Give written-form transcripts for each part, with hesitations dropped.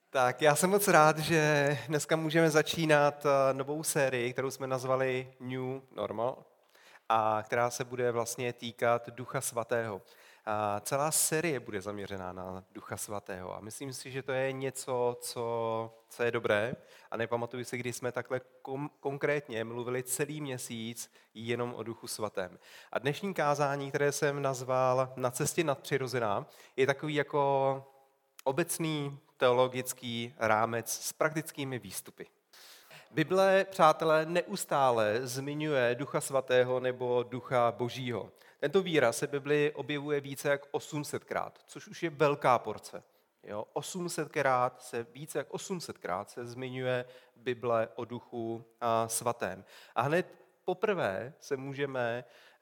Tak já jsem moc rád, že dneska můžeme začínat novou sérii, kterou jsme nazvali New Normal a která se bude vlastně týkat Ducha Svatého. A celá série bude zaměřená na Ducha Svatého a myslím si, že to je něco, co je dobré a nepamatuju si, kdy jsme takhle konkrétně mluvili celý měsíc jenom o Duchu Svatém. A dnešní kázání, které jsem nazval Na cestě nadpřirozená, je takový jako obecný teologický rámec s praktickými výstupy. Bible, přátelé, neustále zmiňuje Ducha Svatého nebo Ducha Božího. Tento výraz se v Bibli objevuje více jak 800krát, což už je velká porce. Jo, 800krát více jak 800krát se zmiňuje Bible o Duchu Svatém. A hned poprvé se můžeme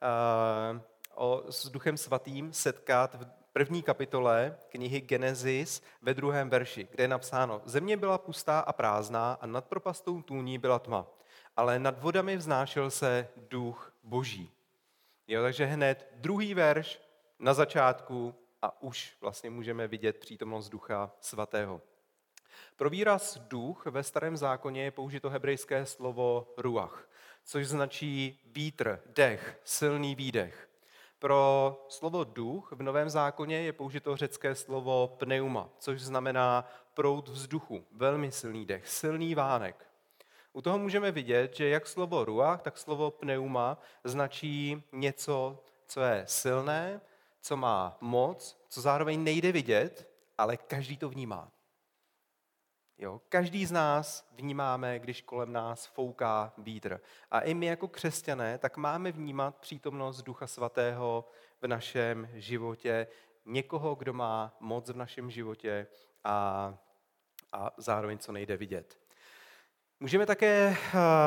s Duchem Svatým setkat v první kapitole knihy Genesis ve 2. verši, kde je napsáno: Země byla pustá a prázdná a nad propastou tůní byla tma, ale nad vodami vznášel se Duch Boží. Jo, takže hned druhý verš na začátku a už vlastně můžeme vidět přítomnost Ducha Svatého. Pro výraz duch ve Starém zákoně je použito hebrejské slovo ruach, což značí vítr, dech, silný výdech. Pro slovo duch v Novém zákoně je použito řecké slovo pneuma, což znamená proud vzduchu, velmi silný dech, silný vánek. U toho můžeme vidět, že jak slovo ruach, tak slovo pneuma značí něco, co je silné, co má moc, co zároveň nejde vidět, ale každý to vnímá. Jo, každý z nás vnímáme, když kolem nás fouká vítr. A i my jako křesťané tak máme vnímat přítomnost Ducha Svatého v našem životě, někoho, kdo má moc v našem životě a zároveň co nejde vidět. Můžeme také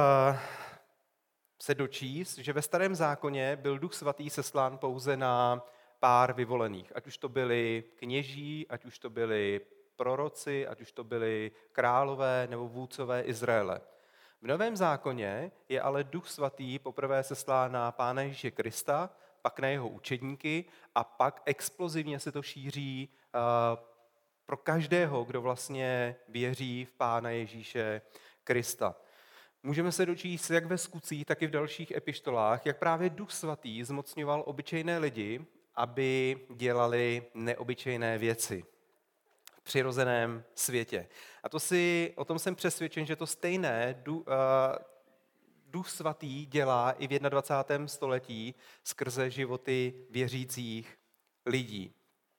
se dočíst, že ve Starém zákoně byl Duch Svatý seslán pouze na pár vyvolených. Ať už to byli kněží, ať už to byli proroci, ať už to byli králové nebo vůdcové Izraele. V Novém zákoně je ale Duch Svatý poprvé seslán na Pána Ježíše Krista, pak na jeho učedníky a pak explozivně se to šíří pro každého, kdo vlastně věří v Pána Ježíše Krista. Můžeme se dočíst jak ve Skutcích, tak i v dalších epištolách, jak právě Duch Svatý zmocňoval obyčejné lidi, aby dělali neobyčejné věci v přirozeném světě. A o tom jsem přesvědčen, že to stejné Duch Svatý dělá i v 21. století skrze životy věřících lidí.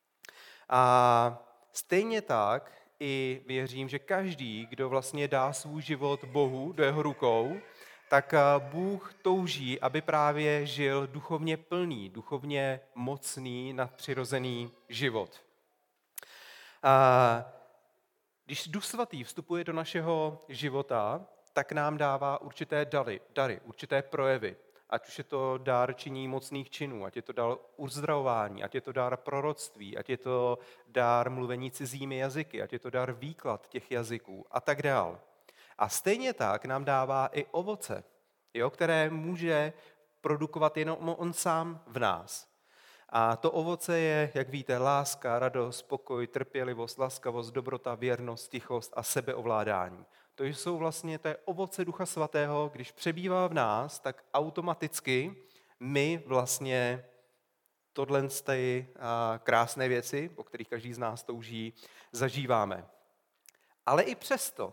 A stejně tak i věřím, že každý, kdo vlastně dá svůj život Bohu do jeho rukou, tak Bůh touží, aby právě žil duchovně plný, duchovně mocný, nadpřirozený život. A když Duch Svatý vstupuje do našeho života, tak nám dává určité dary, určité projevy. Ať už je to dar činění mocných činů, ať je to dar uzdravování, ať je to dar proroctví, ať je to dar mluvení cizími jazyky, ať je to dar výklad těch jazyků a tak dál. A stejně tak nám dává i ovoce, které může produkovat jenom on sám v nás. A to ovoce je, jak víte, láska, radost, pokoj, trpělivost, laskavost, dobrota, věrnost, tichost a sebeovládání. To je ovoce Ducha Svatého, když přebývá v nás, tak automaticky my vlastně tohle krásné věci, o kterých každý z nás touží, zažíváme. Ale i přesto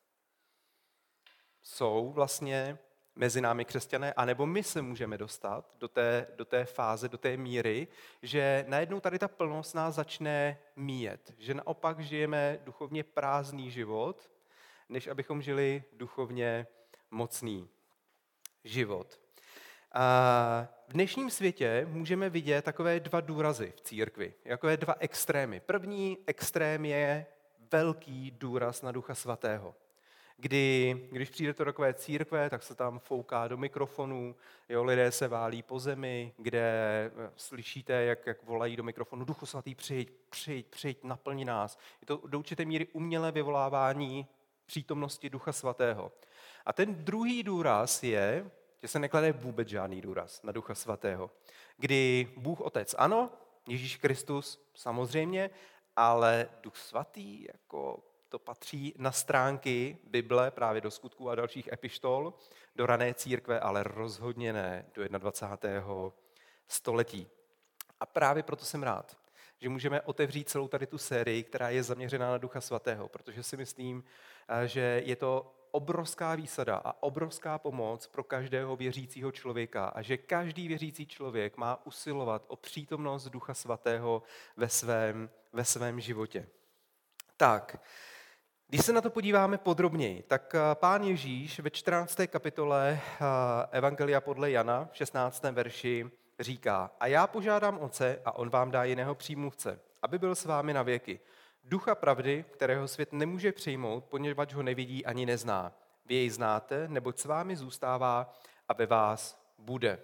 jsou vlastně mezi námi křesťané, anebo my se můžeme dostat do té fáze, do té míry, že najednou tady ta plnost nás začne míjet, že naopak žijeme duchovně prázdný život, než abychom žili duchovně mocný život. A v dnešním světě můžeme vidět takové dva důrazy v církvi, takové dva extrémy. První extrém je velký důraz na Ducha Svatého. Když přijdete do takové církve, tak se tam fouká do mikrofonů, lidé se válí po zemi, kde slyšíte, jak volají do mikrofonu: Duchu Svatý, přijď, naplni nás. Je to do určité míry umělé vyvolávání přítomnosti Ducha Svatého. A ten druhý důraz je, že se neklade vůbec žádný důraz na Ducha Svatého. Kdy Bůh Otec ano, Ježíš Kristus samozřejmě, ale Duch Svatý, to patří na stránky Bible, právě do Skutků a dalších epištol, do rané církve, ale rozhodně ne do 21. století. A právě proto jsem rád, že můžeme otevřít celou tady tu sérii, která je zaměřená na Ducha Svatého, protože si myslím, že je to obrovská výsada a obrovská pomoc pro každého věřícího člověka a že každý věřící člověk má usilovat o přítomnost Ducha Svatého ve svém životě. Tak, když se na to podíváme podrobněji, tak Pán Ježíš ve 14. kapitole Evangelia podle Jana v 16. verši říká: A já požádám Otce a on vám dá jiného přímluvce, aby byl s vámi na věky. Ducha pravdy, kterého svět nemůže přijmout, poněvadž ho nevidí ani nezná. Vy jej znáte, neboť s vámi zůstává a ve vás bude.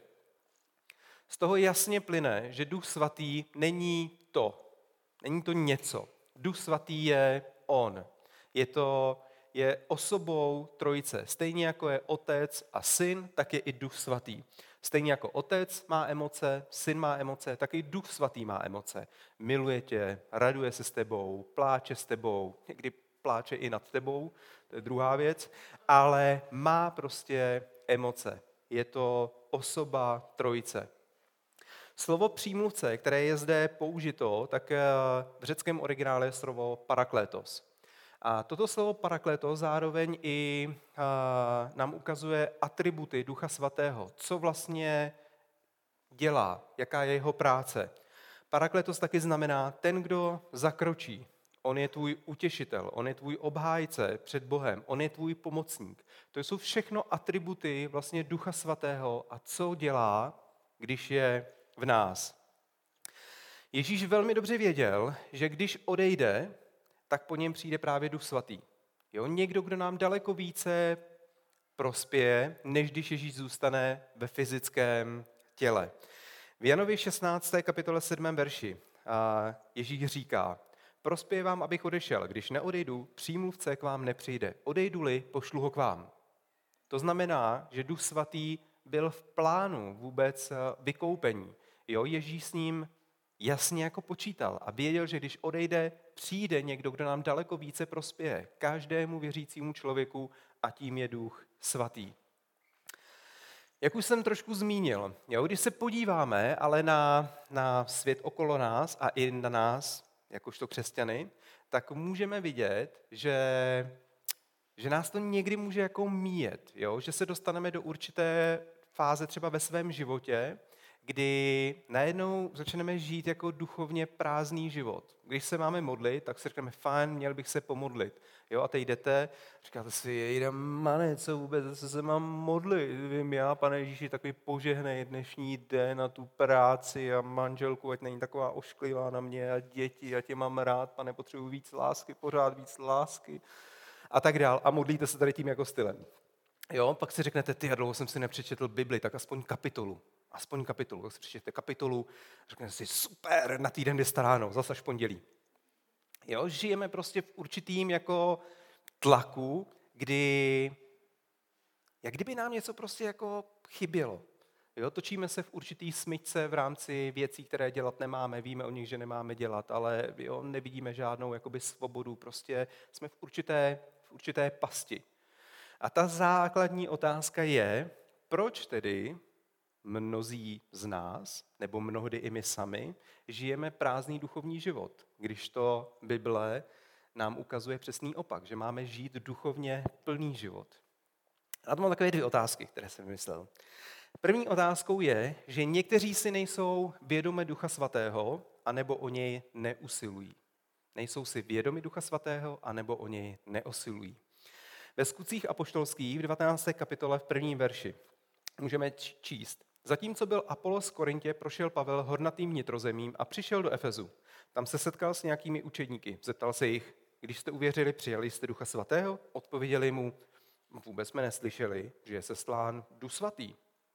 Z toho jasně plyne, že Duch Svatý není to něco. Duch Svatý je on. Je osobou Trojice. Stejně jako je Otec a Syn, tak je i Duch Svatý. Stejně jako Otec má emoce, Syn má emoce, tak i Duch Svatý má emoce. Miluje tě, raduje se s tebou, pláče s tebou, někdy pláče i nad tebou, to je druhá věc, ale má prostě emoce. Je to osoba Trojice. Slovo přímluvce, které je zde použito, tak v řeckém originále je slovo paraklétos. A toto slovo paraklétos zároveň i nám ukazuje atributy Ducha Svatého, co vlastně dělá, jaká je jeho práce. Paraklétos taky znamená ten, kdo zakročí. On je tvůj utěšitel, on je tvůj obhájce před Bohem, on je tvůj pomocník. To jsou všechno atributy vlastně Ducha Svatého a co dělá, když je v nás. Ježíš velmi dobře věděl, že když odejde, tak po něm přijde právě Duch Svatý. Jo? Někdo, kdo nám daleko více prospěje, než když Ježíš zůstane ve fyzickém těle. V Janově 16. kapitole 7. verši Ježíš říká: Prospěje vám, abych odešel, když neodejdu, přímluvce k vám nepřijde. Odejdu-li, pošlu ho k vám. To znamená, že Duch Svatý byl v plánu vůbec vykoupení. Jo? Ježíš s ním jasně jako počítal a věděl, že když odejde, přijde někdo, kdo nám daleko více prospěje. Každému věřícímu člověku a tím je Duch Svatý. Jak už jsem trošku zmínil, jo, když se podíváme ale na svět okolo nás a i na nás, jakožto křesťany, tak můžeme vidět, že nás to někdy může jako míjet, jo? Že se dostaneme do určité fáze třeba ve svém životě, kdy najednou začneme žít jako duchovně prázdný život. Když se máme modlit, tak si řekneme, fajn, měl bych se pomodlit. Jo, a teď jdete, říkáte si, jejda mane, co vůbec se mám modlit? Vím já, Pane Ježíši, takový požehnej dnešní den na tu práci a manželku, ať není taková ošklivá na mě a děti, já tě mám rád, Pane, potřebuji víc lásky, pořád víc lásky a tak dál. A modlíte se tady tím jako stylem. Jo, pak si řeknete, ty, dlouho jsem si nepřečetl Bibli, tak aspoň kapitolu, tak si přečtěte kapitolu, řeknete si, super, na týden je staráno, zase až pondělí. Jo, žijeme prostě v určitým jako tlaku, kdy, jak kdyby nám něco prostě jako chybělo. Jo, točíme se v určitý smyčce v rámci věcí, které dělat nemáme, víme o nich, že nemáme dělat, ale jo, nevidíme žádnou jakoby svobodu, prostě jsme v určité pasti. A ta základní otázka je, proč tedy mnozí z nás, nebo mnohdy i my sami, žijeme prázdný duchovní život, když to Bible nám ukazuje přesný opak, že máme žít duchovně plný život. A to mám takové dvě otázky, které jsem vymyslel. První otázkou je, že někteří si nejsou vědomi Ducha Svatého, anebo o něj neusilují. Nejsou si vědomi Ducha Svatého, anebo o něj neusilují. Ve Skutcích apoštolských v 19. kapitole v 1. verši můžeme číst. Zatímco byl Apolos v Korintě, prošel Pavel hornatým vnitrozemím a přišel do Efezu. Tam se setkal s nějakými učedníky. Zeptal se jich, když jste uvěřili, přijali jste Ducha Svatého? Odpověděli mu, vůbec jsme neslyšeli, že je seslán Duch Svatý.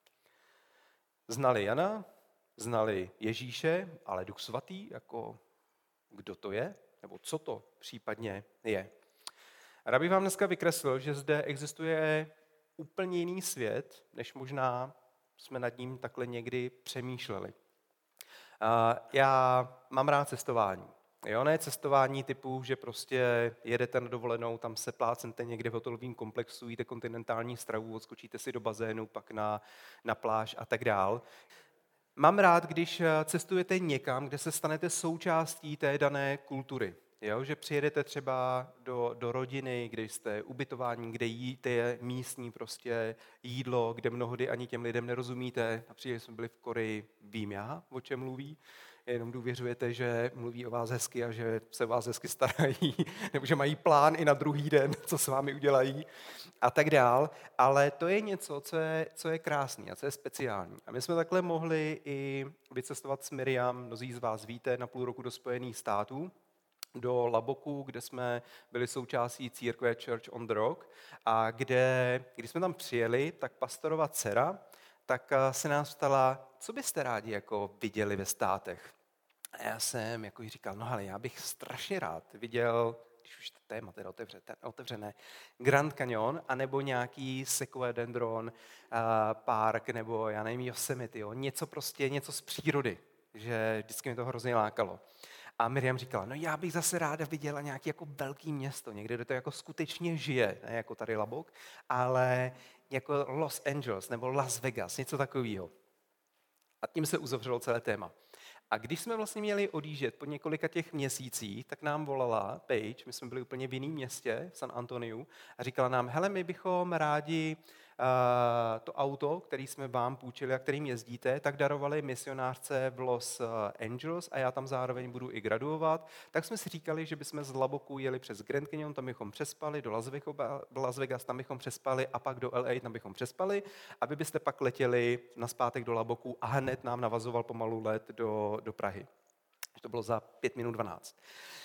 Znali Jana, znali Ježíše, ale Duch Svatý, jako kdo to je, nebo co to případně je. Rád bych vám dneska vykreslil, že zde existuje úplně jiný svět, než možná jsme nad ním takhle někdy přemýšleli. Já mám rád cestování. Jo, ne cestování typu, že prostě jedete na dovolenou, tam se plácnete někde v hotelovém komplexu, jíte kontinentální stravu, odskočíte si do bazénu, pak na pláž a tak dál. Mám rád, když cestujete někam, kde se stanete součástí té dané kultury. Jo? Že přijedete třeba do rodiny, kde jste ubytováni, kde jíte místní prostě jídlo, kde mnohdy ani těm lidem nerozumíte. Například jsme byli v Koreji, vím já, o čem mluví. Jenom důvěřujete, že mluví o vás hezky a že se o vás hezky starají, nebo že mají plán i na druhý den, co s vámi udělají a tak dál. Ale to je něco, co je krásné a co je speciální. A my jsme takhle mohli i vycestovat s Miriam, mnozí z vás víte, na půl roku do Spojených států, do Laboku, kde jsme byli součástí církve Church on the Rock a když jsme tam přijeli, tak pastorova dcera, tak se nás ptala, co byste rádi jako viděli ve státech. A já jsem jako jí říkal, no ale já bych strašně rád viděl, když už to téma teda otevřené, Grand Canyon, anebo nějaký Sequoia-dendron park, nebo já nevím, Yosemite, jo? Něco z přírody, že vždycky mě to hrozně lákalo. A Miriam říkala, no já bych zase ráda viděla nějaké jako velké město, někde, kde to jako skutečně žije, ne jako tady Labok, ale jako Los Angeles nebo Las Vegas, něco takového. A tím se uzavřelo celé téma. A když jsme vlastně měli odjíždět po několika těch měsících, tak nám volala Paige, my jsme byli úplně v jiném městě, v San Antoniu, a říkala nám, hele, my bychom rádi to auto, který jsme vám půjčili a kterým jezdíte, tak darovali misionářce v Los Angeles a já tam zároveň budu i graduovat. Tak jsme si říkali, že bychom z Laboku jeli přes Grand Canyon, tam bychom přespali, do Las Vegas, tam bychom přespali a pak do LA, tam bychom přespali, aby byste pak letěli nazpátek do Laboku a hned nám navazoval pomalu let do Prahy. To bylo za 5 minut 12.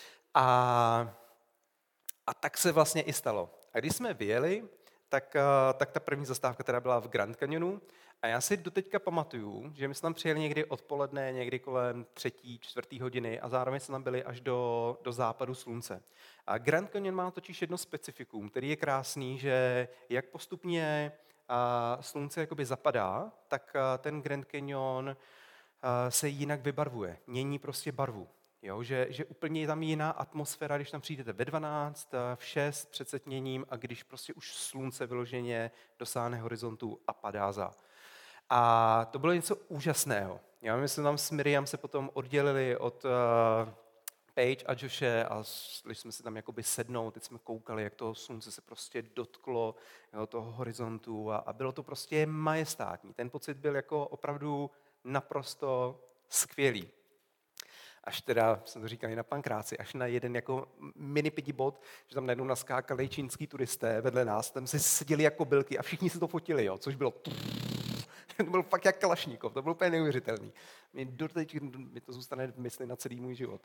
A tak se vlastně i stalo. A když jsme vyjeli, tak ta první zastávka teda byla v Grand Canyonu a já si doteďka pamatuju, že my jsme tam přijeli někdy odpoledne, někdy kolem 3., 4. hodiny a zároveň jsme tam byli až do západu slunce. A Grand Canyon má totiž jedno specifikum, který je krásný, že jak postupně slunce jakoby zapadá, tak ten Grand Canyon se jinak vybarvuje, mění prostě barvu. Jo, že úplně je tam jiná atmosféra, když tam přijdete ve 12, v 6 před setměním a když prostě už slunce vyloženě dosáhne horizontu a padá za. A to bylo něco úžasného. Já myslím, tam s Miriam se potom oddělili od Paige a Joshe a když jsme se tam jakoby sednout, teď jsme koukali, jak toho slunce se prostě dotklo, jo, toho horizontu a bylo to prostě majestátní. Ten pocit byl jako opravdu naprosto skvělý. Až teda, jsem to říkal i na Pankráci, až na jeden jako mini bod, že tam najednou naskákali čínský turisté vedle nás, tam se seděli jako bylky a všichni se to fotili, jo, což bylo to byl fakt jak Kalašníkov, to bylo úplně neuvěřitelný. Mi to zůstane v mysli na celý můj život.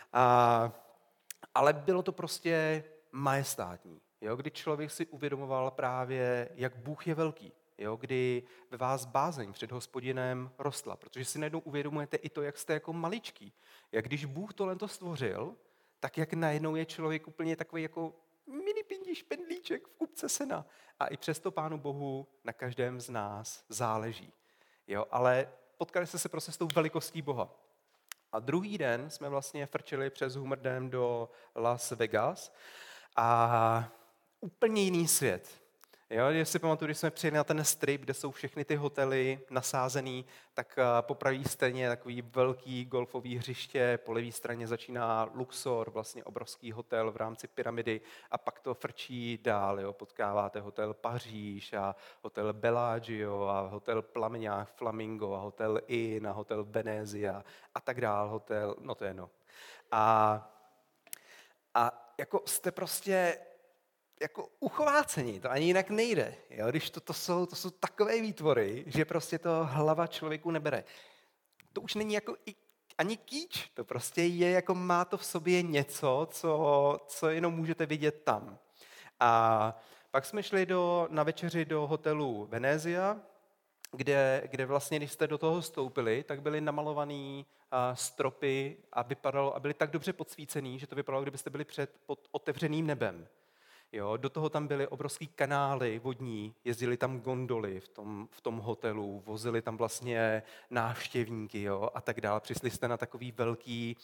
Ale bylo to prostě majestátní, jo, kdy člověk si uvědomoval právě, jak Bůh je velký. Jo, kdy ve vás bázeň před Hospodinem rostla, protože si najednou uvědomujete i to, jak jste jako maličký. Jak když Bůh tohle štvořil, tak jak najednou je člověk úplně takový jako mini pindí špendlíček v kupce sena. A i přesto Pánu Bohu na každém z nás záleží. Jo, ale potkali jste se prostě s tou velikostí Boha. A druhý den jsme vlastně frčeli přes Humerdem do Las Vegas a úplně jiný svět. Jo, když si pamatuju, když jsme přijeli na ten strip, kde jsou všechny ty hotely nasázený, tak po pravé straně je takový velký golfový hřiště, po levé straně začíná Luxor, vlastně obrovský hotel v rámci pyramidy a pak to frčí dál. Jo. Potkáváte hotel Paříž a hotel Bellagio a hotel Plameňák Flamingo a hotel Inn a hotel Venezia a tak dál, hotel, no to je no. A jako jste prostě jako uchvácení, to ani jinak nejde. Jo? Když to jsou takové výtvory, že prostě to hlava člověku nebere. To už není jako ani kýč, to prostě je jako má to v sobě něco, co jenom můžete vidět tam. A pak jsme šli na večeři do hotelu Venezia, kde vlastně, když jste do toho vstoupili, tak byly namalované stropy a byly tak dobře podsvícený, že to vypadalo, kdybyste byli pod otevřeným nebem. Jo, do toho tam byly obrovský kanály vodní, jezdili tam gondoly v tom hotelu, vozili tam vlastně návštěvníky, jo, a tak dále. Přišli jste na takový velký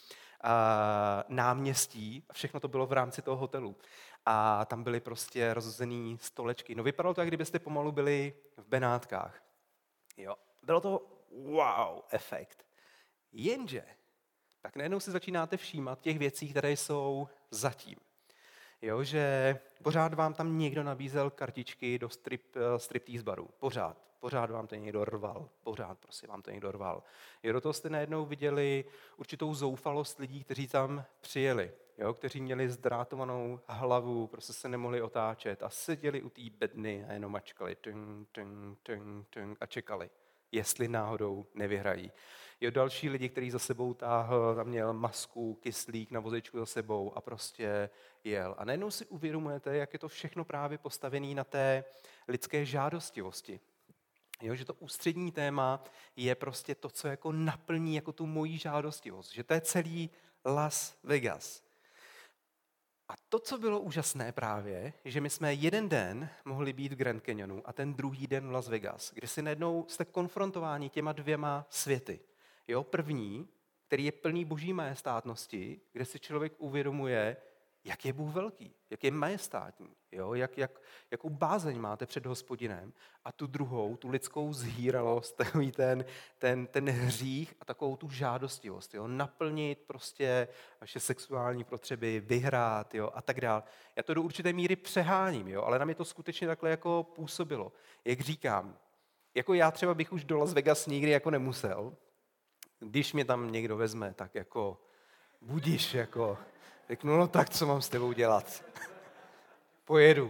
náměstí a všechno to bylo v rámci toho hotelu. A tam byly prostě rozhozený stolečky. No vypadalo to, jak kdybyste pomalu byli v Benátkách. Jo. Bylo to wow efekt. Jenže tak najednou si začínáte všímat těch věcí, které jsou zatím. Jo, že pořád vám tam někdo nabízel kartičky do striptease baru. Pořád vám to někdo rval. Pořád prostě vám to někdo rval. Jo, do toho jste najednou viděli určitou zoufalost lidí, kteří tam přijeli. Jo, kteří měli zdrátovanou hlavu, prostě se nemohli otáčet a seděli u té bedny a jenom mačkali a čekali, jestli náhodou nevyhrají. Jo, další lidi, který za sebou táhl, tam měl masku, kyslík na vozečku za sebou a prostě jel. A najednou si uvědomujete, jak je to všechno právě postavené na té lidské žádostivosti. Jo, že to ústřední téma je prostě to, co jako naplní jako tu moji žádostivost. Že to je celý Las Vegas. A to, co bylo úžasné právě, že my jsme jeden den mohli být v Grand Canyonu a ten druhý den v Las Vegas, kde si najednou jste konfrontováni těma dvěma světy. Jo, první, který je plný boží majestátnosti, kde si člověk uvědomuje, jak je Bůh velký, jak je majestátní, jo, jakou bázeň máte před Hospodinem. A tu druhou, tu lidskou zhýralost, takový ten hřích a takovou tu žádostivost, jo, naplnit prostě vaše sexuální potřeby, vyhrát, jo, a tak dále. Já to do určité míry přeháním, jo, ale na mě to skutečně takhle jako působilo. Jak říkám, jako já třeba bych už do Las Vegas nikdy jako nemusel, když mě tam někdo vezme, tak jako budíš, jako řeknu, no tak, co mám s tebou dělat? Pojedu.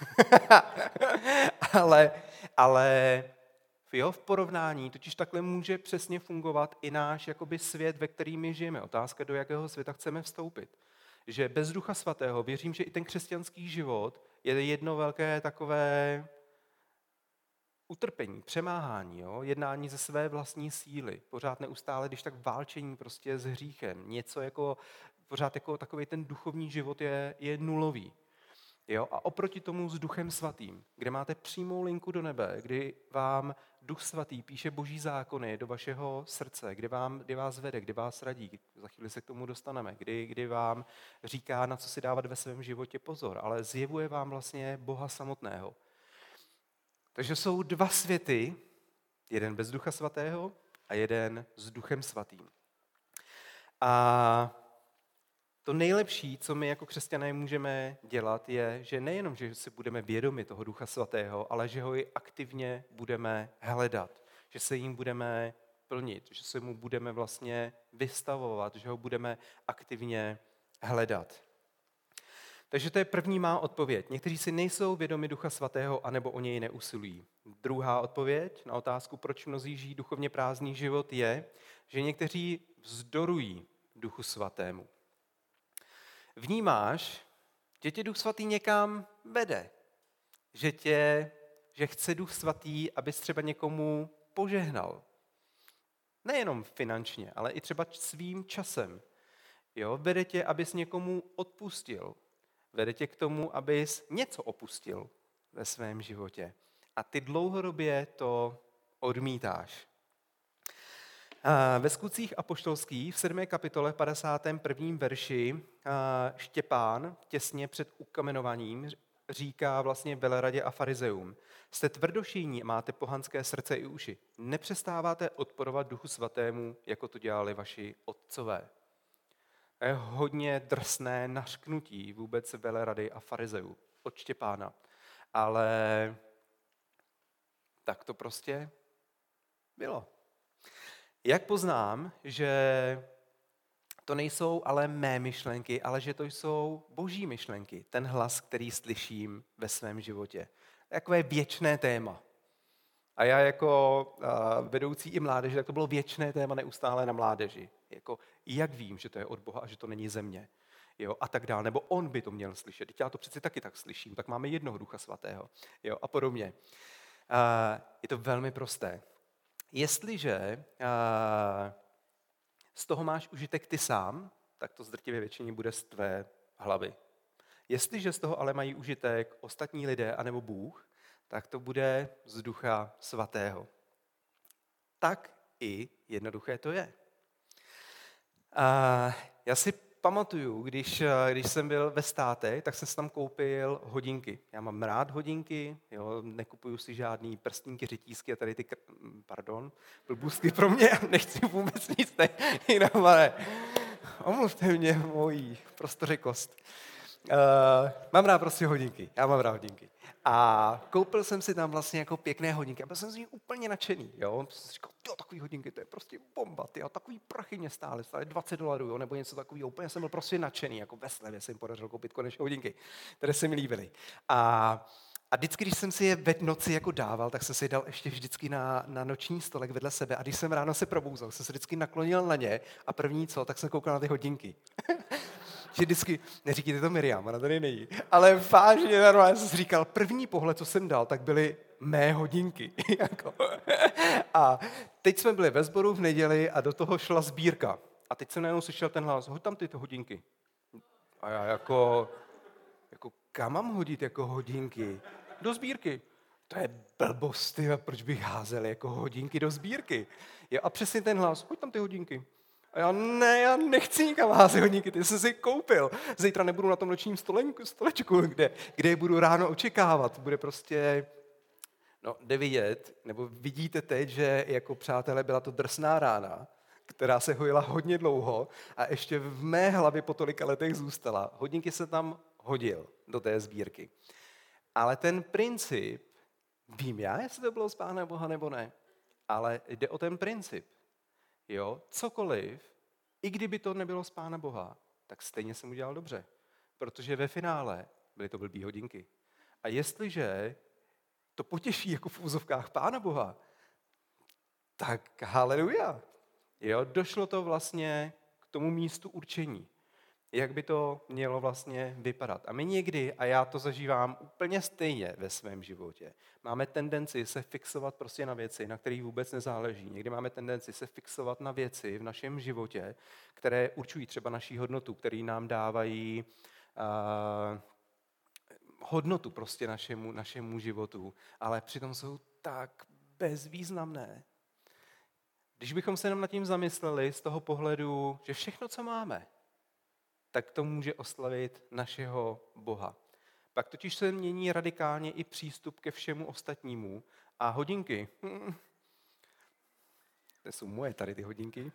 ale jo, v porovnání totiž takhle může přesně fungovat i náš jakoby svět, ve kterým my žijeme. Otázka, do jakého světa chceme vstoupit. Že bez Ducha Svatého věřím, že i ten křesťanský život je jedno velké takové utrpení, přemáhání, jo? Jednání ze své vlastní síly, pořád neustále, když tak válčení prostě s hříchem, něco jako, pořád jako takový ten duchovní život je nulový. Jo? A oproti tomu s Duchem Svatým, kde máte přímou linku do nebe, kdy vám Duch Svatý píše boží zákony do vašeho srdce, kdy vás vede, kdy vás radí, za chvíli se k tomu dostaneme, kdy vám říká, na co si dávat ve svém životě pozor, ale zjevuje vám vlastně Boha samotného. Takže jsou dva světy, jeden bez Ducha Svatého a jeden s Duchem Svatým. A to nejlepší, co my jako křesťané můžeme dělat, je, že nejenom, že si budeme vědomi toho Ducha Svatého, ale že ho i aktivně budeme hledat, že se jim budeme plnit, že se mu budeme vlastně vystavovat, že ho budeme aktivně hledat. Takže to je první má odpověď. Někteří si nejsou vědomi Ducha Svatého, anebo o něj neusilují. Druhá odpověď na otázku, proč mnozí žijí duchovně prázdný život, je, že někteří vzdorují Duchu Svatému. Vnímáš, že tě Duch Svatý někam vede, že chce Duch Svatý, abys třeba někomu požehnal. Nejenom finančně, ale i třeba svým časem. Jo, vede tě, abys někomu odpustil. Vede tě k tomu, abys něco opustil ve svém životě. A ty dlouhodobě to odmítáš. Ve Skutcích apoštolských v 7. kapitole 51. verši Štěpán těsně před ukamenováním říká vlastně veleradě a farizeům: jste tvrdošíjní a máte pohanské srdce i uši. Nepřestáváte odporovat Duchu Svatému, jako to dělali vaši otcové. To je hodně drsné nařknutí vůbec velerady a farizeů od Štěpána. Ale tak to prostě bylo. Jak poznám, že to nejsou ale mé myšlenky, ale že to jsou boží myšlenky, ten hlas, který slyším ve svém životě. Takové věčné téma. A já jako vedoucí i mládeže, tak to bylo věčné téma neustále na mládeži. Jako, jak vím, že to je od Boha a že to není ze mě. Jo, a tak dále. Nebo on by to měl slyšet. Teď já to přeci taky tak slyším. Tak máme jednoho Ducha Svatého. Jo, a podobně. Je to velmi prosté. Jestliže z toho máš užitek ty sám, tak to z drtivé většině bude z tvé hlavy. Jestliže z toho ale mají užitek ostatní lidé anebo Bůh, tak to bude z Ducha Svatého. Tak i jednoduché to je. Já si pamatuju, když jsem byl ve Státech, tak jsem si tam koupil hodinky. Já mám rád hodinky, jo, nekupuju si žádný prstníky, řetízky a tady ty, blbůstky pro mě, nechci vůbec nic jiného, ale omluvte mě mojí prostořekost. Mám rád prostě hodinky, já mám rád hodinky. A koupil jsem si tam vlastně jako pěkné hodinky a byl jsem z nich úplně nadšený, jo. Jsem si říkal, jo, takový hodinky, to je prostě bomba, tyjo, takový prachy mě stály $20, jo, nebo něco takového. Úplně jsem byl prostě nadšený, jako ve slevě se jim podařilo koupit konečně hodinky, které se mi líbily. A vždycky, když jsem si je ve noci jako dával, tak jsem si je dal ještě vždycky na noční stolek vedle sebe. A když jsem ráno se probouzel, jsem se vždycky naklonil na ně a první co, tak jsem koukal na ty hodinky. Že vždycky, neříkejte to Miriam, ona tady není, ale vážně, normálně jsem si říkal, první pohled, co jsem dal, tak byly mé hodinky. A teď jsme byli ve sboru v neděli a do toho šla sbírka. A teď jsem najednou slyšel ten hlas, hoď tam ty hodinky. A já jako kam mám hodit jako hodinky? Do sbírky. To je blbost, proč bych házel jako hodinky do sbírky? Jo, a přesně ten hlas, hoď tam ty hodinky. A já nechci nikam házet hodinky, ty jsem si koupil. Zítra nebudu na tom nočním stolečku, kde je budu ráno očekávat. Bude prostě, jde vidět, nebo vidíte teď, že jako přátelé byla to drsná rána, která se hojila hodně dlouho a ještě v mé hlavě po tolika letech zůstala. Hodinky se tam hodil do té sbírky. Ale ten princip, vím já, jestli to bylo z Pána Boha nebo ne, ale jde o ten princip. Jo, cokoliv, i kdyby to nebylo z Pána Boha, tak stejně jsem udělal dobře. Protože ve finále byly to blbý hodinky. A jestliže to potěší jako v úzovkách Pána Boha, tak haleluja. Jo, došlo to vlastně k tomu místu určení. Jak by to mělo vlastně vypadat. A my někdy, a já to zažívám úplně stejně ve svém životě, máme tendenci se fixovat prostě na věci, na kterých vůbec nezáleží. Někdy máme tendenci se fixovat na věci v našem životě, které určují třeba naši hodnotu, které nám dávají hodnotu prostě našemu životu, ale přitom jsou tak bezvýznamné. Když bychom se jenom nad tím zamysleli z toho pohledu, že všechno, co máme, tak to může oslavit našeho Boha. Pak totiž se mění radikálně i přístup ke všemu ostatnímu a hodinky. To jsou moje tady ty hodinky.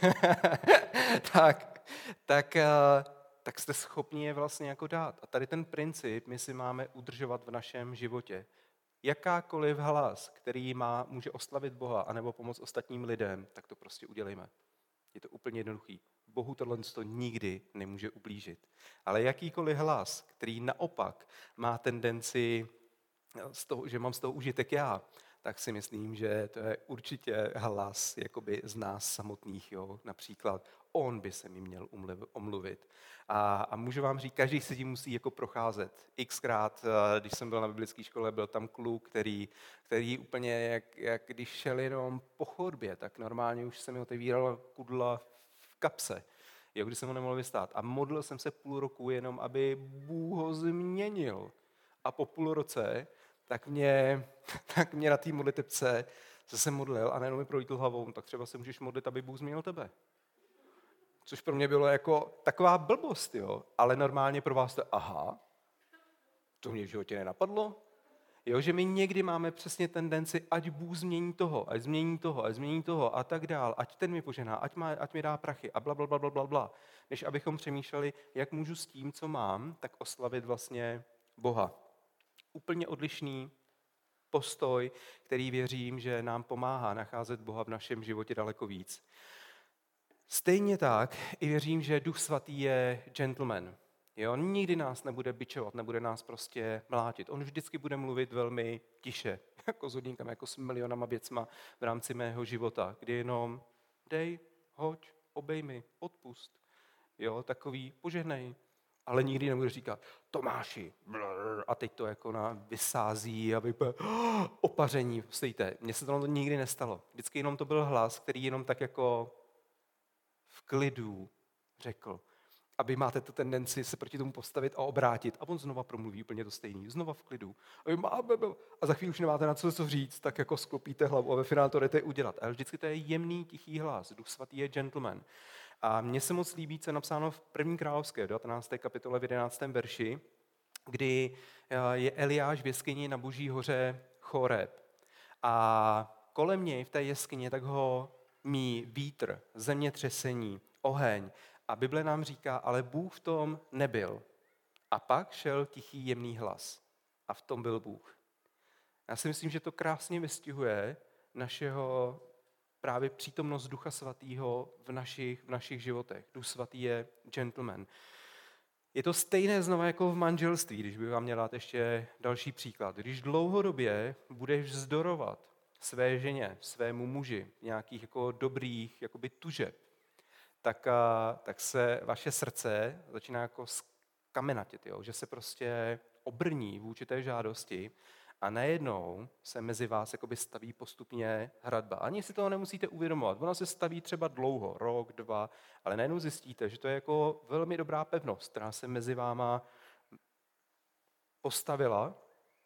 tak jste schopni je vlastně jako dát. A tady ten princip my si máme udržovat v našem životě. Jakákoliv hlas, který může oslavit Boha anebo pomoct ostatním lidem, tak to prostě udělejme. Je to úplně jednoduchý. Bohu tohle nikdy nemůže ublížit. Ale jakýkoliv hlas, který naopak má tendenci, že mám z toho užitek já, tak si myslím, že to je určitě hlas jakoby z nás samotných. Jo? Například on by se mi měl omluvit. A můžu vám říct, každý se tím musí jako procházet. Xkrát, když jsem byl na biblické škole, byl tam kluk, který úplně, jak když šel jenom po chodbě, tak normálně už se mi otevírala kudla v kapse, jo, když jsem ho nemohl vystát. A modlil jsem se půl roku jenom, aby Bůh ho změnil. A po půl roce tak mě na té modlitebce se modlil a najednou mi prolítl hlavou, tak třeba se můžeš modlit, aby Bůh změnil tebe. Což pro mě bylo jako taková blbost, jo, ale normálně pro vás to to mě v životě nenapadlo. Jo, že my někdy máme přesně tendenci, ať Bůh změní toho, ať změní toho a tak dál, ať ten mi požená, ať mi dá prachy a bla. Než abychom přemýšleli, jak můžu s tím, co mám, tak oslavit vlastně Boha. Úplně odlišný postoj, který věřím, že nám pomáhá nacházet Boha v našem životě daleko víc. Stejně tak i věřím, že Duch Svatý je gentleman. Jo, nikdy nás nebude bičovat, nebude nás prostě mlátit. On vždycky bude mluvit velmi tiše, jako s hodinkami, jako s milionama věcma v rámci mého života, kdy jenom dej, hoď, obejmi, odpust. Jo, takový požehnej. Ale nikdy nebude říkat, Tomáši, a teď to jako vysází a vypadá opaření. Stejte, mně se to nikdy nestalo. Vždycky jenom to byl hlas, který jenom tak jako v klidu řekl, aby máte tu tendenci se proti tomu postavit a obrátit. A on znova promluví úplně to stejný, znova v klidu. A za chvíli už nemáte na co říct, tak jako sklopíte hlavu a ve finále to jdete udělat. Ale vždycky to je jemný, tichý hlas. Duch Svatý je gentleman. A mně se moc líbí, co je napsáno v 1. královské, 19. kapitole v 11. verši, kdy je Eliáš v jeskyni na Boží hoře Choreb. A kolem něj v té jeskyni tak ho mí vítr, zemětřesení, oheň. A Bible nám říká, ale Bůh v tom nebyl. A pak šel tichý jemný hlas. A v tom byl Bůh. Já si myslím, že to krásně vystihuje našeho právě přítomnost Ducha Svatého v našich životech. Duch Svatý je gentleman. Je to stejné znova jako v manželství, když bych vám měl dát ještě další příklad. Když dlouhodobě budeš vzdorovat své ženě, svému muži, nějakých jako dobrých jakoby tužeb, tak se vaše srdce začíná jako skamenatit, jo? Že se prostě obrní vůči té žádosti a najednou se mezi vás jakoby staví postupně hradba. Ani si toho nemusíte uvědomovat. Ona se staví třeba dlouho, rok, 2, ale najednou zjistíte, že to je jako velmi dobrá pevnost, která se mezi váma postavila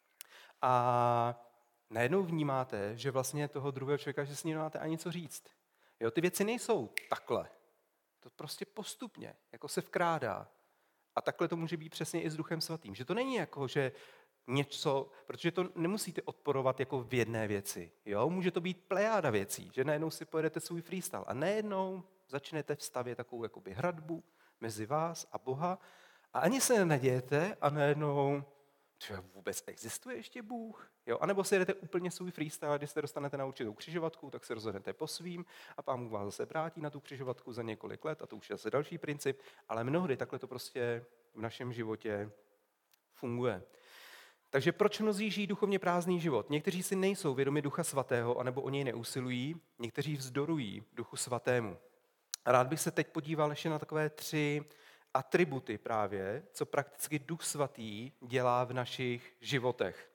a najednou vnímáte, že vlastně toho druhého člověka, že s ním nemáte ani co říct. Jo, ty věci nejsou takhle. To prostě postupně, jako se vkrádá. A takhle to může být přesně i s Duchem Svatým. Že to není jako, že něco, protože to nemusíte odporovat jako v jedné věci. Jo? Může to být plejáda věcí, že najednou si pojedete svůj freestyle a najednou začnete vstavět takovou jakoby hradbu mezi vás a Boha a ani se nenadějete a najednou vůbec existuje ještě Bůh? Jo? A nebo si jedete úplně svůj freestyle, když se dostanete na určitou křižovatku, tak se rozhodnete po svým a Pán Bůh vás zase vrátí na tu křižovatku za několik let a to už je zase další princip, ale mnohdy takhle to prostě v našem životě funguje. Takže proč mnozí žijí duchovně prázdný život? Někteří si nejsou vědomi Ducha Svatého, anebo o něj neusilují, někteří vzdorují Duchu Svatému. A rád bych se teď podíval ještě na takové 3 atributy právě, co prakticky Duch Svatý dělá v našich životech.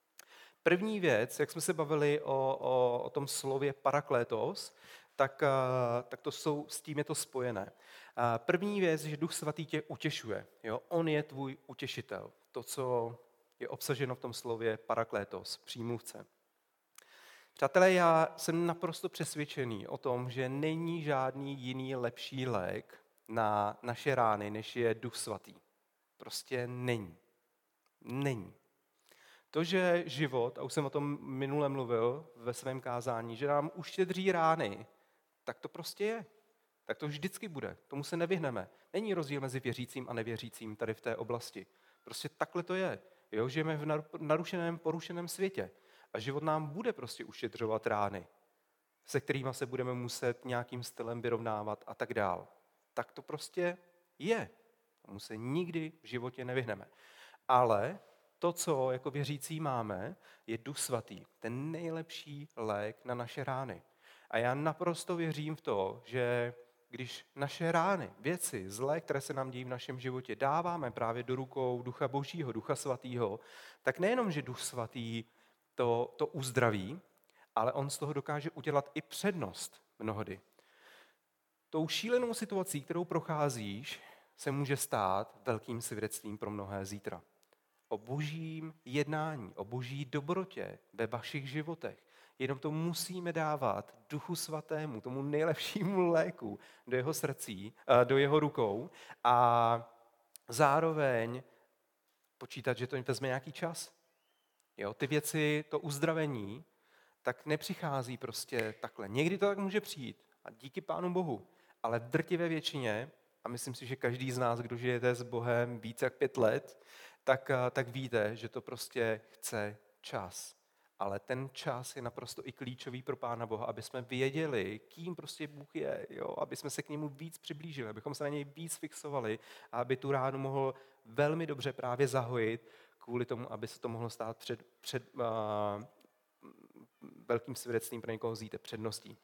První věc, jak jsme se bavili o tom slově paraklétos, tak s tím je to spojené. První věc, že Duch Svatý tě utěšuje. Jo? On je tvůj utěšitel. To, co je obsaženo v tom slově paraklétos, přímluvce. Přátelé, já jsem naprosto přesvědčený o tom, že není žádný jiný lepší lék na naše rány, než je Duch Svatý. Prostě není. Není. To, že život, a už jsem o tom minule mluvil ve svém kázání, že nám uštědří rány, tak to prostě je. Tak to vždycky bude. Tomu se nevyhneme. Není rozdíl mezi věřícím a nevěřícím tady v té oblasti. Prostě takhle to je. Jo, žijeme v narušeném, porušeném světě. A život nám bude prostě uštědřovat rány, se kterými se budeme muset nějakým stylem vyrovnávat a tak dál. Tak to prostě je. Tomu se nikdy v životě nevyhneme. Ale to, co jako věřící máme, je Duch Svatý. Ten nejlepší lék na naše rány. A já naprosto věřím v to, že když naše rány, věci, zlé, které se nám dějí v našem životě, dáváme právě do rukou Ducha Božího, Ducha Svatého, tak nejenom, že Duch Svatý to uzdraví, ale on z toho dokáže udělat i přednost mnohdy. Tou šílenou situací, kterou procházíš, se může stát velkým svědectvím pro mnohé zítra. O božím jednání, o boží dobrotě ve vašich životech. Jenom to musíme dávat Duchu Svatému, tomu nejlepšímu léku do jeho srdcí, do jeho rukou a zároveň počítat, že to vezme nějaký čas. Jo, ty věci, to uzdravení, tak nepřichází prostě takhle. Někdy to tak může přijít a díky Pánu Bohu, ale v drtivé většině, a myslím si, že každý z nás, kdo žijete s Bohem více jak 5 let, tak víte, že to prostě chce čas. Ale ten čas je naprosto i klíčový pro Pána Boha, aby jsme věděli, kým prostě Bůh je, jo? Aby jsme se k němu víc přiblížili, abychom se na něj víc fixovali a aby tu ránu mohl velmi dobře právě zahojit kvůli tomu, aby se to mohlo stát před velkým svědectvím pro někoho zíte předností.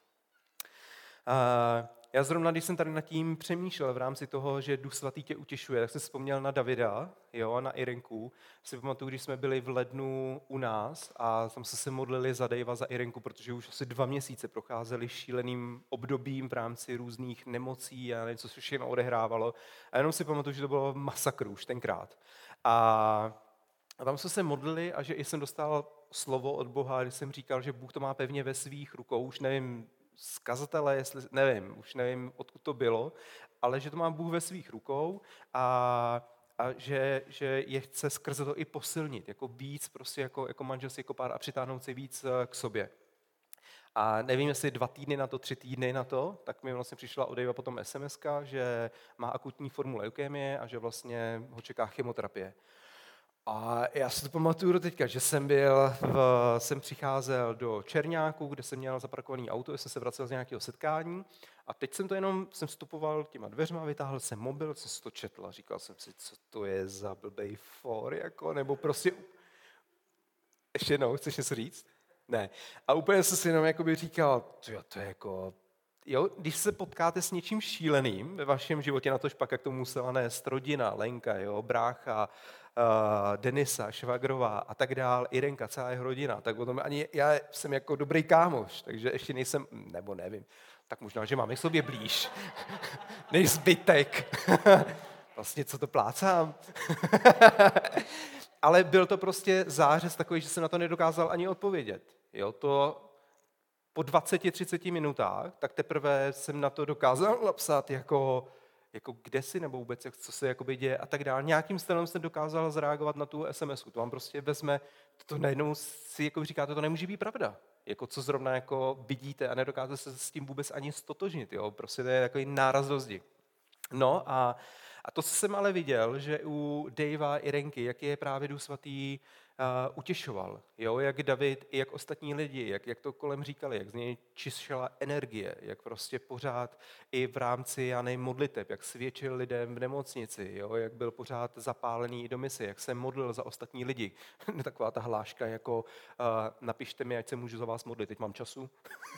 Já zrovna, když jsem tady nad tím přemýšlel v rámci toho, že Duch Svatý tě utěšuje, tak jsem vzpomněl na Davida, jo, na Irenku. Si pamatuju, když jsme byli v lednu u nás a tam se modlili za Dejva, za Irenku, protože už asi 2 měsíce procházeli šíleným obdobím v rámci různých nemocí a něco se všechno odehrávalo. A jenom si pamatuju, že to bylo masakr už tenkrát. A tam jsme se modlili a že i jsem dostal slovo od Boha, když jsem říkal, že Bůh to má pevně ve svých rukou, už nevím, z kazatele, jestli, už nevím, odkud to bylo, ale že to má Bůh ve svých rukou a že je chce skrze to i posilnit, jako víc prostě jako manželství, jako pár a přitáhnout si víc k sobě. A nevím, jestli 2 týdny na to, 3 týdny na to, tak mi vlastně přišla od Davea potom SMS-ka, že má akutní formu leukémie a že vlastně ho čeká chemoterapie. A já si to pamatuju do teďka, že jsem přicházel do Černáku, kde jsem měl zaparkovaný auto, jsem se vracel z nějakého setkání a teď jsem vstupoval těma dveřma, vytáhl jsem mobil, jsem si to četl a říkal jsem si, co to je za blbej for, jako, nebo prostě... Ještě jednou, chceš něco říct? Ne. A úplně jsem si jenom jakoby říkal, to je jako... Jo, když se potkáte s něčím šíleným ve vašem životě, na tož pak, jak to musela nést rodina, Lenka, jo, brácha, Denisa, švagrová a tak dál, Irenka, celá jeho rodina, tak potom ani já jsem jako dobrý kámoš, takže ještě nejsem, nebo nevím, tak možná, že máme k sobě blíž, než zbytek. Vlastně, co to plácám? Ale byl to prostě zářez takový, že jsem na to nedokázal ani odpovědět. Jo, to po 20-30 minutách, tak teprve jsem na to dokázal napsat jako kde si, nebo vůbec, co se jakoby děje a tak dále. Nějakým stylem jsem dokázal zareagovat na tu SMS-ku. To vám prostě vezme, to najednou si jako říkáte, to nemůže být pravda. Jako co zrovna jako vidíte a nedokážete se s tím vůbec ani stotožnit. Jo? Prostě to je takový náraz do zdi. No a to jsem ale viděl, že u Davea i Irenky, jak je právě Duch Svatý utěšoval. Jo? Jak David i jak ostatní lidi, jak to kolem říkali, jak z něj čišela energie, jak prostě pořád i v rámci modliteb, jak svědčil lidem v nemocnici, jo? Jak byl pořád zapálený do mise, jak se modlil za ostatní lidi. Taková ta hláška jako napište mi, ať se můžu za vás modlit, teď mám času.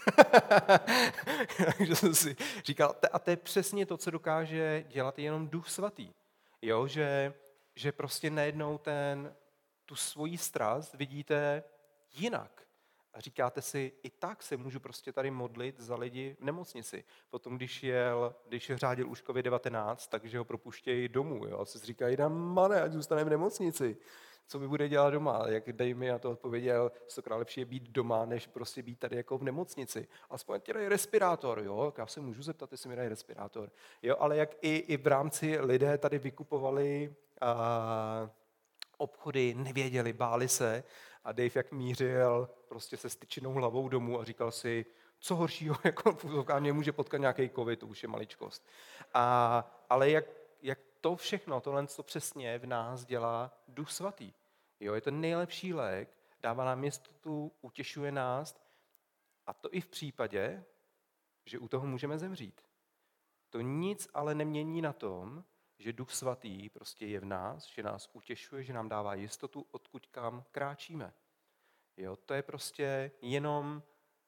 Takže jsem si říkal, a to je přesně to, co dokáže dělat jenom Duch Svatý. Jo? Že prostě najednou tu svoji strast vidíte jinak. A říkáte si, i tak se můžu prostě tady modlit za lidi v nemocnici. Potom, když řádil už COVID-19, takže ho propuštějí domů. Jo? A si říkají, mane, ať zůstane v nemocnici. Co mi bude dělat doma? Jak Dej mi na to odpověděl, stokrát lepší je být doma, než prostě být tady jako v nemocnici. Aspoň ti dají respirátor, jo? Já se můžu zeptat, jestli mi dají respirátor. Jo? Ale jak i v rámci lidé tady vykupovali obchody, nevěděli, báli se a Dave jak mířil prostě se styčenou hlavou domů a říkal si, co horšího, jako mě může potkat nějaký covid, to už je maličkost. Ale jak to všechno, tohle to přesně v nás dělá Duch Svatý. Jo, je to nejlepší lék, dává nám jistotu, utěšuje nás a to i v případě, že u toho můžeme zemřít. To nic ale nemění na tom, že Duch Svatý prostě je v nás, že nás utěšuje, že nám dává jistotu, odkud kam kráčíme. Jo, to je prostě jenom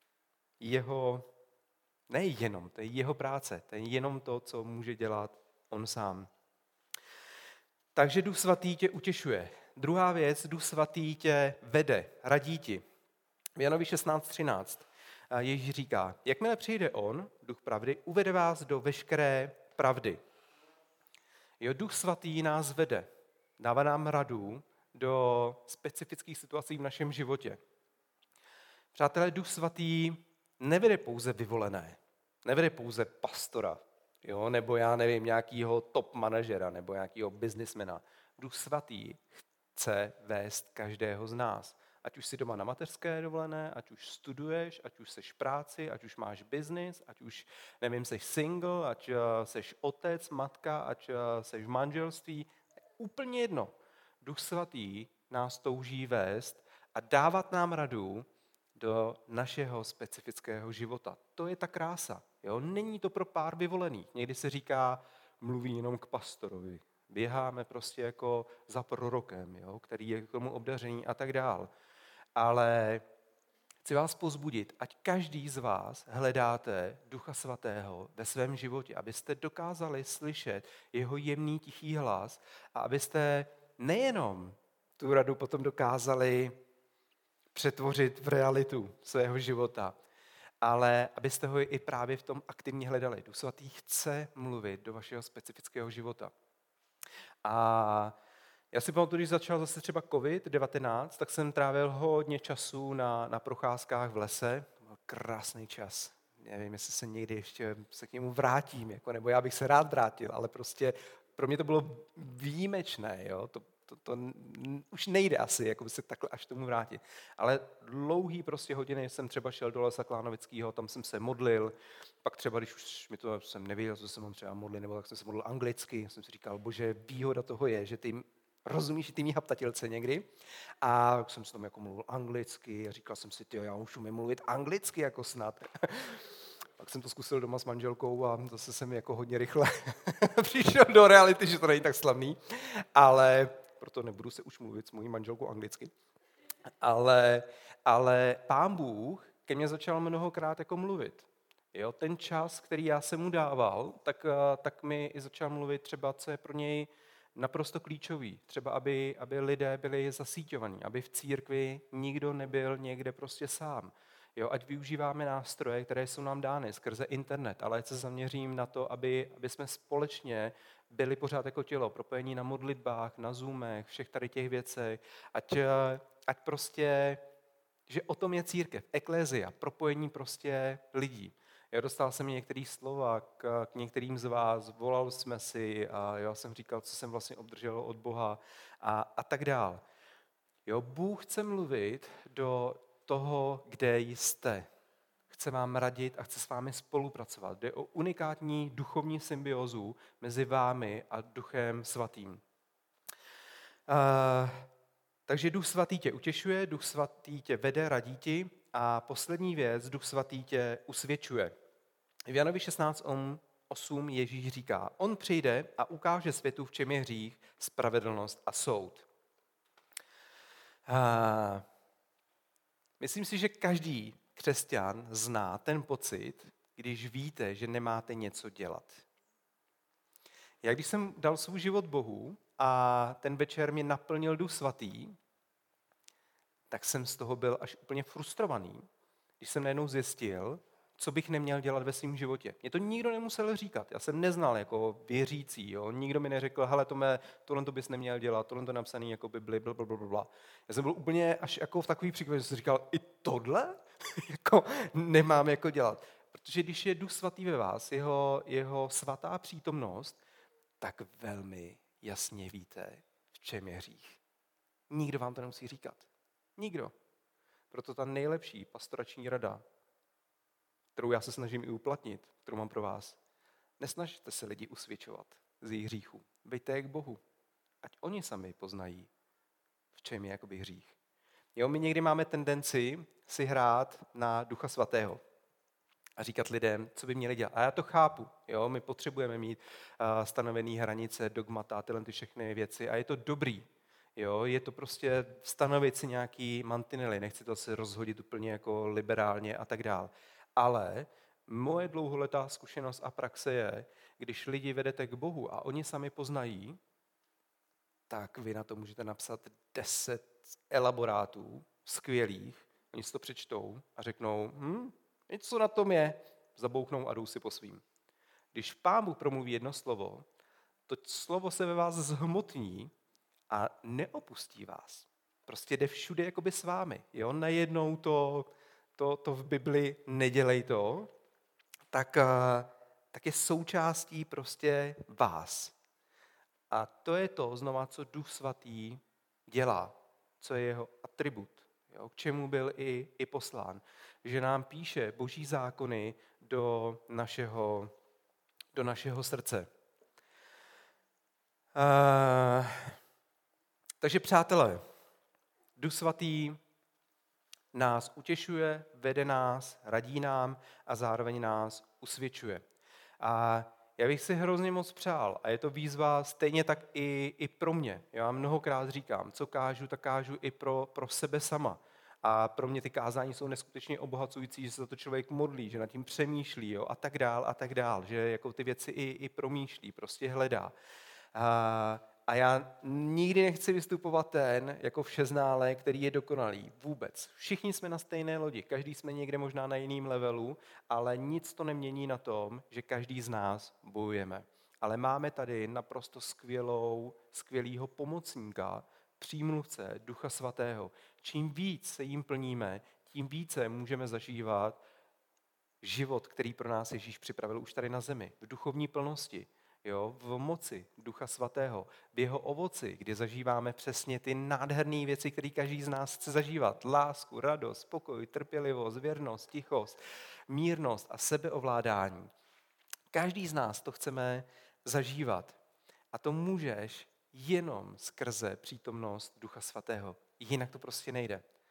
to je jeho práce, to je jenom to, co může dělat on sám. Takže Duch Svatý tě utěšuje. Druhá věc, Duch Svatý tě vede, radí ti. V Janovi 16:13 Ježíš říká, jakmile přijde on, Duch pravdy, uvede vás do veškeré pravdy. Jo, Duch Svatý nás vede, dává nám radu do specifických situací v našem životě. Přátelé, Duch Svatý nevede pouze vyvolené, nevede pouze pastora, jo, nebo já nevím, nějakýho top manažera, nebo nějakýho biznismena. Duch Svatý chce vést každého z nás. Ať už jsi doma na mateřské dovolené, ať už studuješ, ať už seš v práci, ať už máš biznis, ať už, nevím, seš single, ať seš otec, matka, ať seš v manželství. Úplně jedno. Duch Svatý nás touží vést a dávat nám radu do našeho specifického života. To je ta krása. Jo? Není to pro pár vyvolených. Někdy se říká, mluví jenom k pastorovi. Běháme prostě jako za prorokem, jo? Který je k tomu obdařený a tak dál. Ale chci vás povzbudit, ať každý z vás hledáte Ducha Svatého ve svém životě, abyste dokázali slyšet jeho jemný, tichý hlas a abyste nejenom tu radu potom dokázali přetvořit v realitu svého života, ale abyste ho i právě v tom aktivně hledali. Duch Svatý chce mluvit do vašeho specifického života. A já si pamatuju, když začal zase třeba COVID-19, tak jsem trávil hodně času na procházkách v lese. To byl krásný čas. nevím, jestli se někdy ještě se k němu vrátím, jako, nebo já bych se rád vrátil, ale prostě pro mě to bylo výjimečné, jo? Už nejde asi jako se takhle až tomu vrátit. Ale dlouhý prostě hodiny jsem třeba šel do Lesa Klánovického, tam jsem se modlil, pak třeba, když už mi to jsem nevěděl, co se mám třeba modlit, nebo tak jsem se modlil anglicky, jsem si říkal, bože, výhoda toho je, že ty rozumíš ty mý haptatilce někdy. A jsem se tam jako mluvil anglicky a říkal jsem si, já už umím mluvit anglicky jako snad. Pak jsem to zkusil doma s manželkou a zase jsem jako hodně rychle přišel do reality, že to není tak slavný, ale proto nebudu se už mluvit s mojí manželkou anglicky. Ale Pán Bůh ke mně začal mnohokrát jako mluvit. Jo, ten čas, který já jsem mu dával, tak mi i začal mluvit třeba, co je pro něj naprosto klíčový. Třeba, aby lidé byli zasíťovaní, aby v církvi nikdo nebyl někde prostě sám. Jo, ať využíváme nástroje, které jsou nám dány skrze internet, ale ať se zaměřím na to, aby jsme společně byli pořád jako tělo, propojení na modlitbách, na Zoomech, všech tady těch věcech, ať prostě, že o tom je církev, eklézia, propojení prostě lidí. Já dostal jsem některý slova k některým z vás, volal jsme si a já jsem říkal, co jsem vlastně obdržel od Boha a tak dál. Jo, Bůh chce mluvit do toho, kde jste. Chce vám radit a chce s vámi spolupracovat. Jde o unikátní duchovní symbiózu mezi vámi a Duchem Svatým. Takže Duch Svatý tě utěšuje, Duch Svatý tě vede, radí ti a poslední věc, Duch Svatý tě usvědčuje. V Janovi 16:8 Ježíš říká, on přijde a ukáže světu, v čem je hřích, spravedlnost a soud. Myslím si, že každý křesťan zná ten pocit, když víte, že nemáte něco dělat. Já když jsem dal svůj život Bohu a ten večer mě naplnil Duch Svatý, tak jsem z toho byl až úplně frustrovaný, když jsem najednou zjistil, co bych neměl dělat ve svém životě. Mě to nikdo nemusel říkat. Já jsem neznal jako věřící. Jo? Nikdo mi neřekl, hele, tohle to bys neměl dělat, tohle to napsané jako Bibli, blablabla. Já jsem byl úplně až jako v takový příklad, že jsem říkal, i tohle jako nemám jako dělat. Protože když je Duch Svatý ve vás, jeho svatá přítomnost, tak velmi jasně víte, v čem je hřích. Nikdo vám to nemusí říkat. Nikdo. Proto ta nejlepší pastorační rada, kterou já se snažím i uplatnit, kterou mám pro vás. Nesnažte se lidi usvědčovat z jejich hříchů. Veďte je k Bohu. Ať oni sami poznají, v čem je jakoby hřích. Jo, my někdy máme tendenci si hrát na Ducha Svatého a říkat lidem, co by měli dělat. A já to chápu. Jo, my potřebujeme mít stanovené hranice, dogmata, tyhle všechny věci a je to dobrý. Jo, je to prostě stanovit si nějaký mantinely, nechci to se rozhodit úplně jako liberálně a tak dál. Ale moje dlouholetá zkušenost a praxe je, když lidi vedete k Bohu a oni sami poznají, tak vy na to můžete napsat 10 elaborátů skvělých, oni si to přečtou a řeknou, něco na tom je, zabouchnou a jdou si po svým. Když Pán Bůh promluví jedno slovo, to slovo se ve vás zhmotní a neopustí vás. Prostě jde všude jakoby s vámi. Jo? Najednou to v Bibli nedělej to, tak je součástí prostě vás. A to je to znova, co Duch Svatý dělá, co je jeho atribut, jo? K čemu byl i poslán. Že nám píše boží zákony do našeho srdce. Takže přátelé, Duch Svatý nás utěšuje, vede nás, radí nám a zároveň nás usvědčuje. A já bych si hrozně moc přál, a je to výzva stejně tak i pro mě. Já mnohokrát říkám, co kážu, tak kážu i pro sebe sama. A pro mě ty kázání jsou neskutečně obohacující, že se to člověk modlí, že nad tím přemýšlí, jo, a tak dál, že jako ty věci i promýšlí, prostě hledá. A já nikdy nechci vystupovat ten jako všeználek, který je dokonalý. Vůbec. Všichni jsme na stejné lodi, každý jsme někde možná na jiném levelu, ale nic to nemění na tom, že každý z nás bojujeme. Ale máme tady naprosto skvělýho pomocníka, přímluvce Ducha Svatého. Čím víc se jim plníme, tím více můžeme zažívat život, který pro nás Ježíš připravil už tady na zemi, v duchovní plnosti, jo, v moci Ducha Svatého, v jeho ovoci, kdy zažíváme přesně ty nádherné věci, které každý z nás chce zažívat. Lásku, radost, pokoj, trpělivost, věrnost, tichost, mírnost a sebeovládání. Každý z nás to chceme zažívat. A to můžeš jenom skrze přítomnost Ducha Svatého. Jinak to prostě nejde.